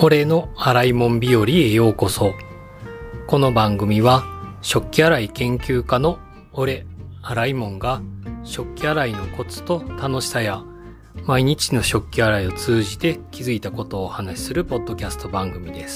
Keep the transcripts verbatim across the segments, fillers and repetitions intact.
俺の洗い物日和へようこそ。この番組は食器洗い研究家の俺洗い物が食器洗いのコツと楽しさや毎日の食器洗いを通じて気づいたことをお話しするポッドキャスト番組です。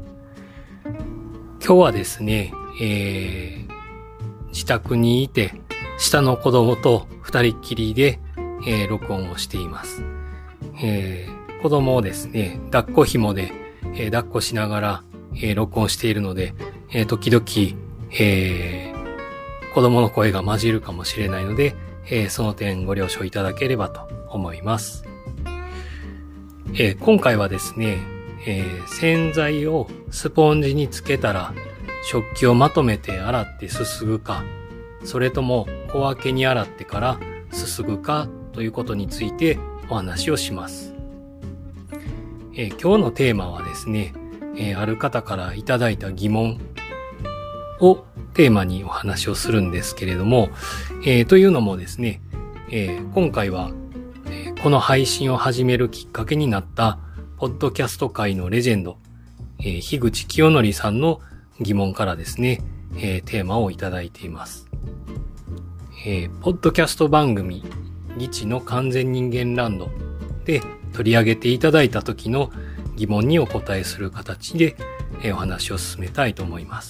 今日はですね、えー、自宅にいて下の子供と二人っきりで、えー、録音をしています。えー子供をですね、抱っこ紐で、えー、抱っこしながら、えー、録音しているので、えー、時々、えー、子供の声が混じるかもしれないので、えー、その点ご了承いただければと思います。えー、今回はですね、えー、洗剤をスポンジにつけたら食器をまとめて洗ってすすぐか、それとも小分けに洗ってからすすぐかということについてお話をします。えー、今日のテーマはですね、えー、ある方からいただいた疑問をテーマにお話をするんですけれども、えー、というのもですね、えー、今回は、えー、この配信を始めるきっかけになったポッドキャスト界のレジェンド、えー、樋口清則さんの疑問からですね、えー、テーマをいただいています。えー、ポッドキャスト番組ギチの完全人間ランドで取り上げていただいた時の疑問にお答えする形でお話を進めたいと思います。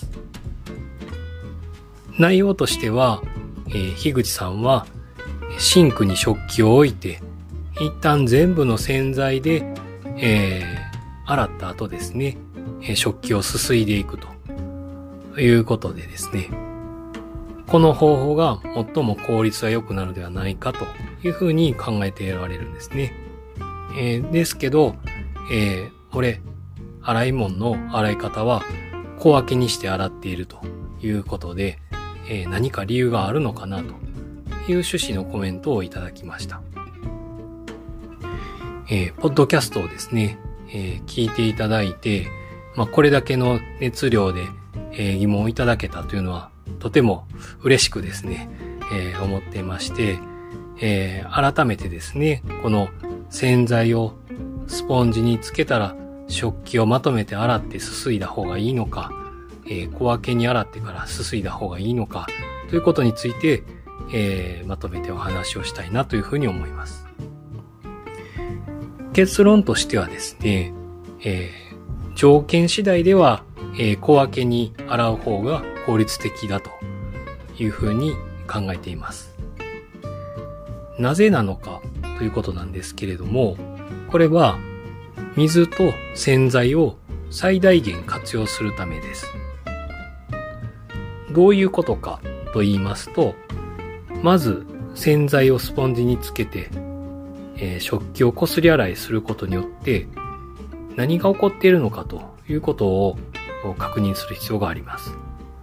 内容としては、えー、樋口さんはシンクに食器を置いて一旦全部の洗剤で、えー、洗った後ですね、食器をすすいでいくということでですね、この方法が最も効率が良くなるのではないかというふうに考えておられるんですね。えー、ですけど、えー、俺、洗い物の洗い方は小分けにして洗っているということで、えー、何か理由があるのかなという趣旨のコメントをいただきました。えー、ポッドキャストをですね、えー、聞いていただいて、まあ、これだけの熱量で、えー、疑問をいただけたというのはとても嬉しくですね、えー、思っていまして、えー、改めてですね、この洗剤をスポンジにつけたら食器をまとめて洗ってすすいだ方がいいのか、えー、小分けに洗ってからすすいだ方がいいのかということについて、えー、まとめてお話をしたいなというふうに思います。結論としてはですね、えー、条件次第では、えー、小分けに洗う方が効率的だというふうに考えています。なぜなのかということなんですけれども、これは水と洗剤を最大限活用するためです。どういうことかと言いますと、まず洗剤をスポンジにつけて、えー、食器をこすり洗いすることによって何が起こっているのかということを確認する必要があります。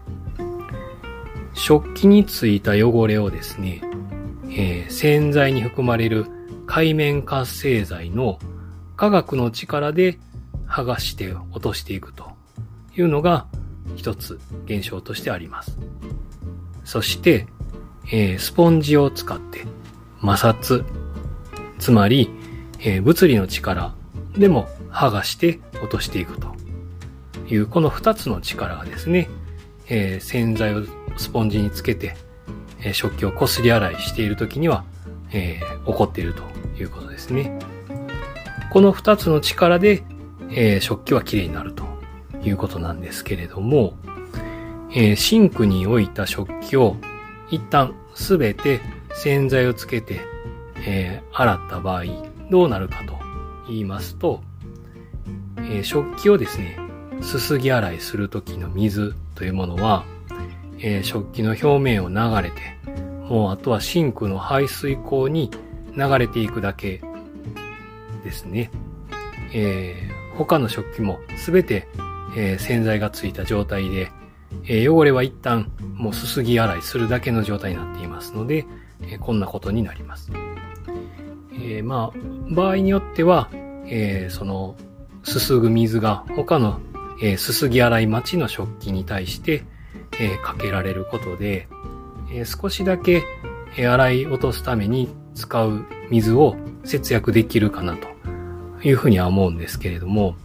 食器についた汚れをですね、えー、洗剤に含まれる界面活性剤の化学の力で剥がして落としていくというのが一つ現象としてあります。そして、えー、スポンジを使って摩擦、つまり、えー、物理の力でも剥がして落としていくというこの二つの力がですね、えー、洗剤をスポンジにつけて、えー、食器をこすり洗いしているときには、えー、起こっているということですね。この二つの力で、えー、食器はきれいになるということなんですけれども、えー、シンクに置いた食器を一旦すべて洗剤をつけて、えー、洗った場合どうなるかと言いますと、えー、食器をですね、すすぎ洗いするときの水というものは、えー、食器の表面を流れて、もうあとはシンクの排水口に流れていくだけですね。えー、他の食器もすべて、えー、洗剤がついた状態で、えー、汚れは一旦もうすすぎ洗いするだけの状態になっていますので、えー、こんなことになります。えー、まあ場合によっては、えー、そのすすぐ水が他の、えー、すすぎ洗い待ちの食器に対して、えー、かけられることで、えー、少しだけ、えー、洗い落とすために使う水を節約できるかなというふうには思うんですけれども、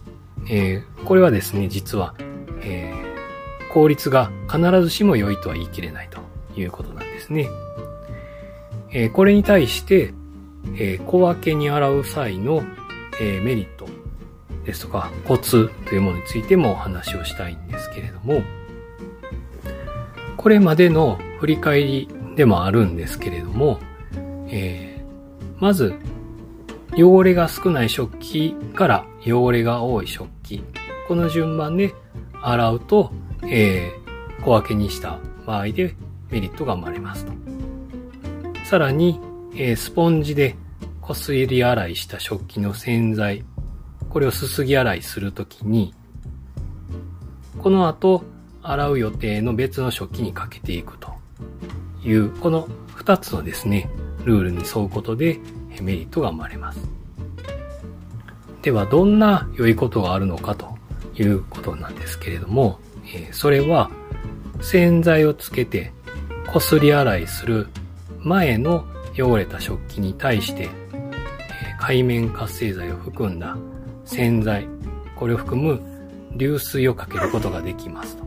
えー、これはですね、実は、えー、効率が必ずしも良いとは言い切れないということなんですね。えー、これに対して、えー、小分けに洗う際の、えー、メリットですとかコツというものについてもお話をしたいんですけれども、これまでの振り返りでもあるんですけれども、えー、まず汚れが少ない食器から汚れが多い食器、この順番で洗うと、えー、小分けにした場合でメリットが生まれますと。さらに、えー、スポンジでこすり洗いした食器の洗剤、これをすすぎ洗いするときに、この後洗う予定の別の食器にかけていくという、このふたつのですね、ルールに沿うことでメリットが生まれます。では、どんな良いことがあるのかということなんですけれども、えー、それは洗剤をつけてこすり洗いする前の汚れた食器に対して、えー、界面活性剤を含んだ洗剤、これを含む流水をかけることができますと。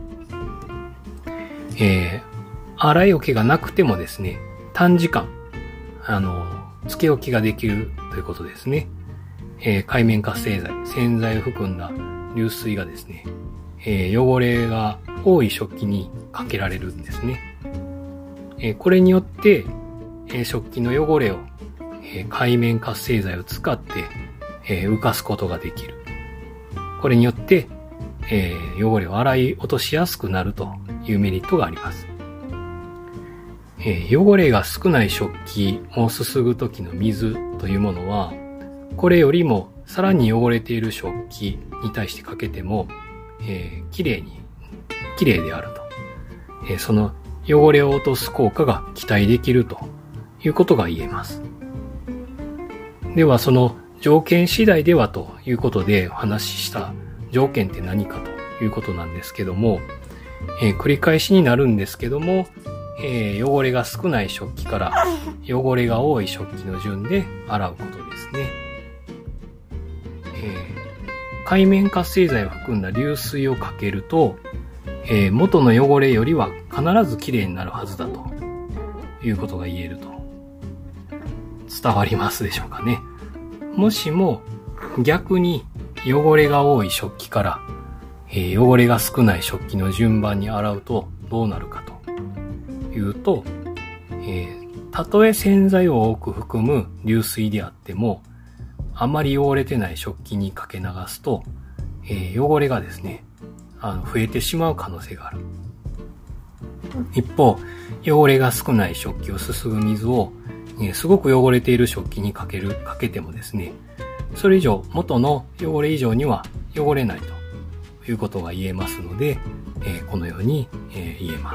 えー、洗い置きがなくてもですね、短時間、あの、つけ置きができるということですね。えー、界面活性剤、洗剤を含んだ流水がですね、えー、汚れが多い食器にかけられるんですね。えー、これによって、えー、食器の汚れを、えー、界面活性剤を使って、えー、浮かすことができる。これによって、えー、汚れを洗い落としやすくなるというメリットがあります。えー、汚れが少ない食器をすすぐ時の水というものは、これよりもさらに汚れている食器に対してかけても、えー、きれいに、きれいであると。えー、その汚れを落とす効果が期待できるということが言えます。では、その条件次第ではということでお話しした条件って何かということなんですけども、えー、繰り返しになるんですけども、えー、汚れが少ない食器から汚れが多い食器の順で洗うことですね。えー、界面活性剤を含んだ流水をかけると、えー、元の汚れよりは必ずきれいになるはずだということが言えると。伝わりますでしょうかね。もしも逆に汚れが多い食器から、えー、汚れが少ない食器の順番に洗うとどうなるかというと、えー、たとえ洗剤を多く含む流水であっても、あまり汚れてない食器にかけ流すと、えー、汚れがですね、あの増えてしまう可能性がある。一方、汚れが少ない食器をすすぐ水を、えー、すごく汚れている食器にかける、かけてもですね、それ以上、元の汚れ以上には汚れないということが言えますので、えー、このように、えー、言えます。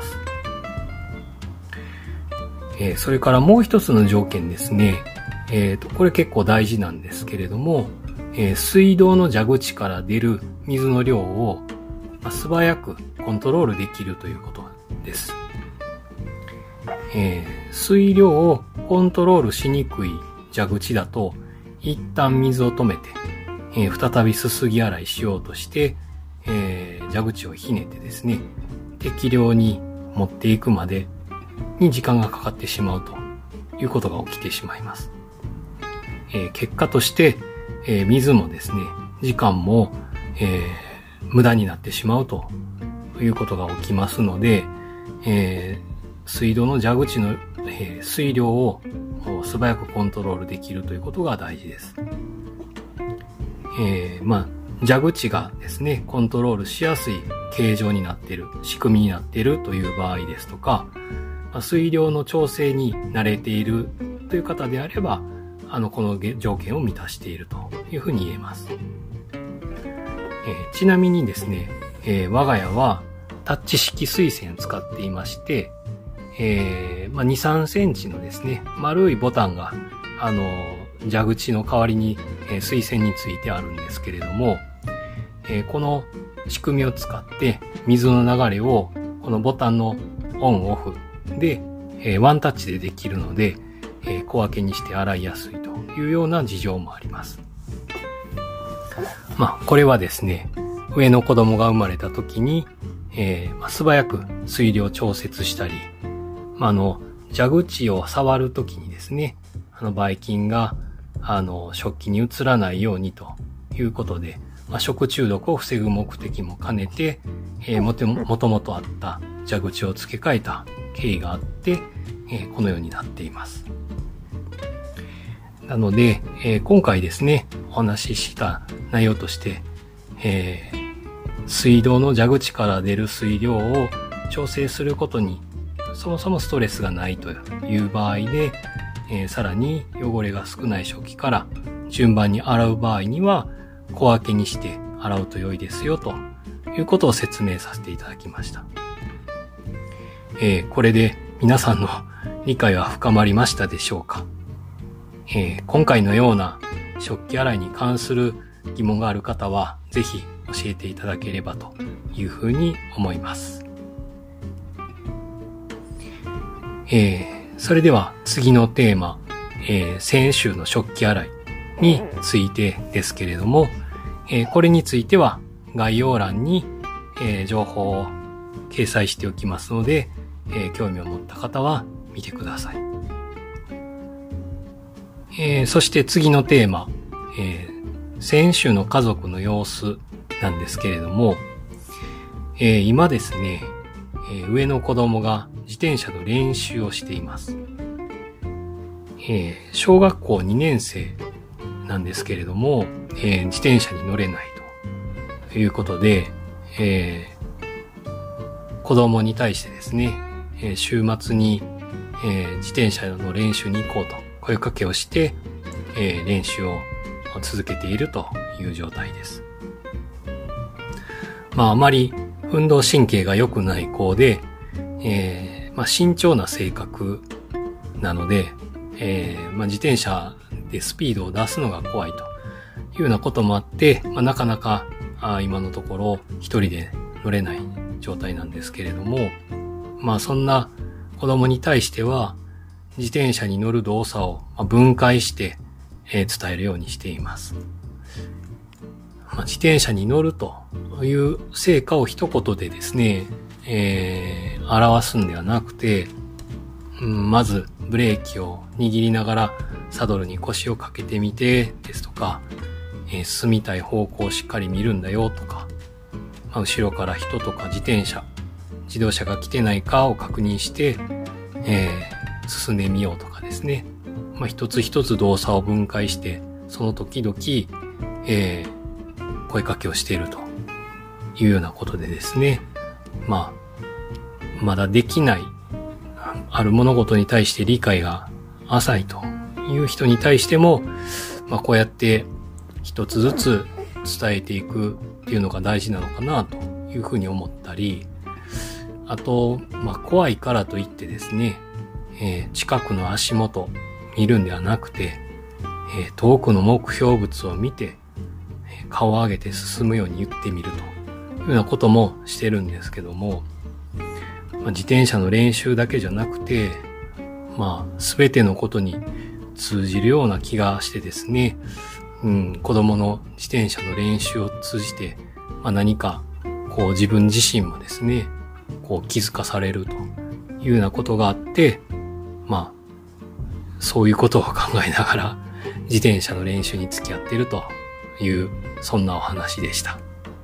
えー、それからもう一つの条件ですね。えーと、これ結構大事なんですけれども、えー、水道の蛇口から出る水の量を、まあ、素早くコントロールできるということです。えー、水量をコントロールしにくい蛇口だと、一旦水を止めて、えー、再びすすぎ洗いしようとして、えー、蛇口をひねってですね、適量に持っていくまでに時間がかかってしまうということが起きてしまいます。えー、結果として、えー、水もですね、時間も、えー、無駄になってしまうということが起きますので、えー、水道の蛇口の、えー、水量を素早くコントロールできるということが大事です。えー、まあ、蛇口がですね、コントロールしやすい形状になっている、仕組みになっているという場合ですとか、水量の調整に慣れているという方であれば、あの、この条件を満たしているというふうに言えます。えー、ちなみにですね、えー、我が家はタッチ式水栓を使っていまして、えー、まあ、に、さんセンチのですね、丸いボタンが、あの、蛇口の代わりに、えー、水栓についてあるんですけれども、えー、この仕組みを使って水の流れをこのボタンのオンオフで、えー、ワンタッチでできるので、えー、小分けにして洗いやすいというような事情もあります。 まあ、これはですね、上の子供が生まれた時に、えーまあ、素早く水量調節したり、まあ、あの、蛇口を触る時にですね、あの、ばい菌が、あの、食器に移らないようにということで、まあ、食中毒を防ぐ目的も兼ねて、えー、もともともとあった蛇口を付け替えた経緯があって、えー、このようになっています。なので、えー、今回ですね、お話しした内容として、えー、水道の蛇口から出る水量を調整することにそもそもストレスがないという場合で、えー、さらに汚れが少ない食器から順番に洗う場合には小分けにして洗うと良いですよということを説明させていただきました。えー、これで皆さんの理解は深まりましたでしょうか。えー、今回のような食器洗いに関する疑問がある方はぜひ教えていただければというふうに思います。えー、それでは次のテーマ、えー、先週の食器洗いについてですけれども、えー、これについては概要欄に、えー、情報を掲載しておきますので、えー、興味を持った方は見てください。えー、そして次のテーマ、えー、先週の家族の様子なんですけれども、えー、今ですね、えー、上の子供が自転車の練習をしています。えー、小学校にねん生なんですけれども、えー、自転車に乗れないということで、えー、子供に対してですね、えー、週末に、えー、自転車の練習に行こうと声かけをして、えー、練習を続けているという状態です。まああまり運動神経が良くない子で、えーまあ、慎重な性格なので、えーまあ、自転車でスピードを出すのが怖いというようなこともあって、まあ、なかなかあ今のところ一人で乗れない状態なんですけれども、まあそんな子供に対しては自転車に乗る動作を分解して、えー、伝えるようにしています。まあ、自転車に乗るという成果を一言でですね、えー、表すんではなくて、うん、まずブレーキを握りながらサドルに腰をかけてみてですとか、えー、進みたい方向をしっかり見るんだよとか、まあ、後ろから人とか自転車、自動車が来てないかを確認して、えー、進んでみようとかですね。まあ、一つ一つ動作を分解して、その時々、えー、声かけをしているというようなことでですね。まあ、まだできない、ある物事に対して理解が浅いという人に対しても、まあ、こうやって一つずつ伝えていくっていうのが大事なのかなというふうに思ったり、あと、まあ、怖いからといってですね、えー、近くの足元見るんではなくて、えー、遠くの目標物を見て、顔を上げて進むように言ってみるというようなこともしてるんですけども、まあ、自転車の練習だけじゃなくて、まあ、すべてのことに通じるような気がしてですね、うん、子供の自転車の練習を通じて、まあ、何かこう自分自身もですね、こう気づかされるというようなことがあって、まあ、そういうことを考えながら自転車の練習に付き合っているという、そんなお話でした。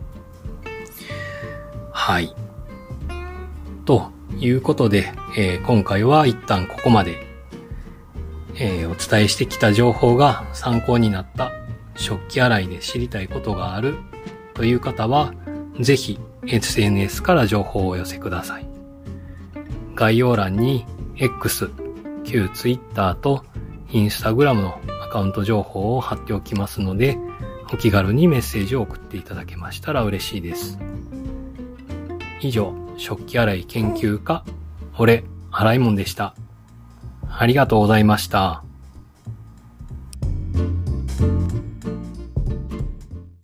はい。ということで、えー、今回は一旦ここまで、えー、お伝えしてきた情報が参考になった、食器洗いで知りたいことがあるという方は、ぜひ エスエヌエス から情報をお寄せください。概要欄に X、旧 Twitter と Instagram のアカウント情報を貼っておきますので、お気軽にメッセージを送っていただけましたら嬉しいです。以上、食器洗い研究家、俺、洗いもんでした。ありがとうございました。